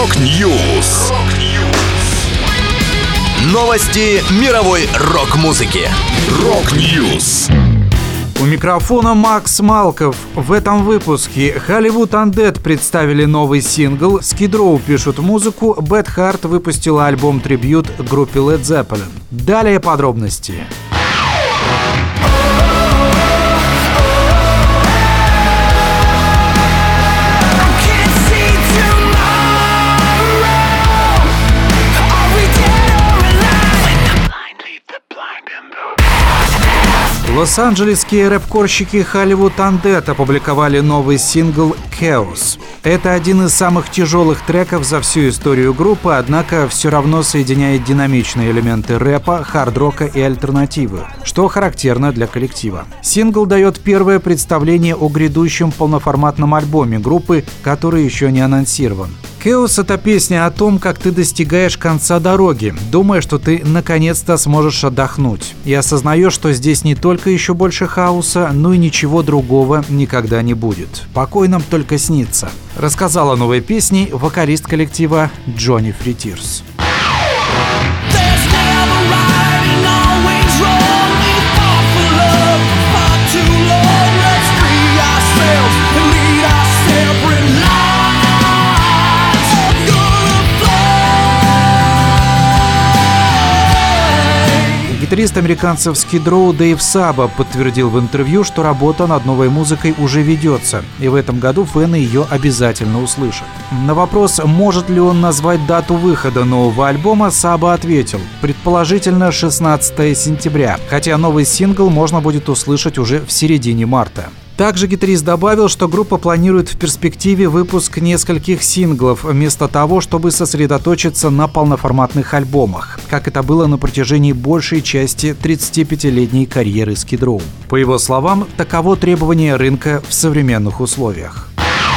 Рок-Ньюс. Новости мировой рок-музыки. Рок-Ньюс. У микрофона Макс Малков. В этом выпуске Hollywood Undead представили новый сингл, Skid Row пишут музыку, Beth Hart выпустила альбом-трибьют группе Led Zeppelin. Далее подробности. Лос-Анджелесские рэп-корщики Hollywood Undead опубликовали новый сингл «Chaos». Это один из самых тяжелых треков за всю историю группы, однако все равно соединяет динамичные элементы рэпа, хард-рока и альтернативы, что характерно для коллектива. Сингл дает первое представление о грядущем полноформатном альбоме группы, который еще не анонсирован. «Chaos» — это песня о том, как ты достигаешь конца дороги, думая, что ты наконец-то сможешь отдохнуть. И осознаешь, что здесь не только еще больше хаоса, но и ничего другого никогда не будет. Покой нам только снится, рассказала новой песней вокалист коллектива Джонни Фритирс. Гитарист американцев Skid Row Дэйв Саба подтвердил в интервью, что работа над новой музыкой уже ведется, и в этом году фэны ее обязательно услышат. На вопрос, может ли он назвать дату выхода нового альбома, Саба ответил: предположительно 16 сентября, хотя новый сингл можно будет услышать уже в середине марта. Также гитарист добавил, что группа планирует в перспективе выпуск нескольких синглов, вместо того, чтобы сосредоточиться на полноформатных альбомах, как это было на протяжении большей части 35-летней карьеры Skid Row. По его словам, таково требование рынка в современных условиях.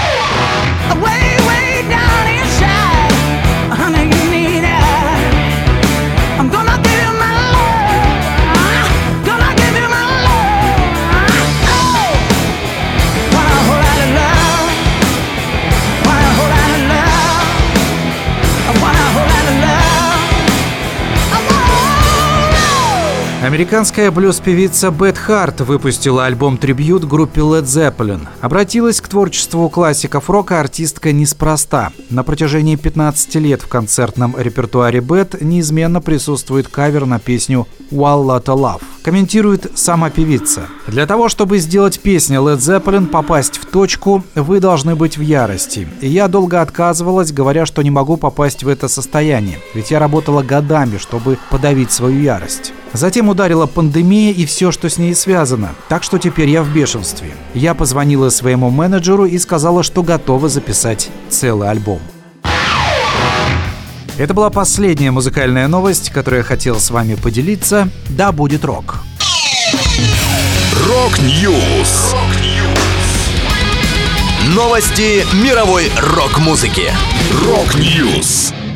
Американская блюз-певица Бет Харт выпустила альбом-трибьют группе Led Zeppelin. Обратилась к творчеству классиков рока артистка неспроста. На протяжении 15 лет в концертном репертуаре Бет неизменно присутствует кавер на песню «Whole Lotta Love». Комментирует сама певица: «Для того, чтобы сделать песню Led Zeppelin попасть в точку, вы должны быть в ярости. И я долго отказывалась, говоря, что не могу попасть в это состояние, ведь я работала годами, чтобы подавить свою ярость. Затем ударила пандемия и все, что с ней связано, так что теперь я в бешенстве. Я позвонила своему менеджеру и сказала, что готова записать целый альбом». Это была последняя музыкальная новость, которую я хотел с вами поделиться. Да будет рок! Рок-Ньюс. Новости мировой рок-музыки. Рок-Ньюс.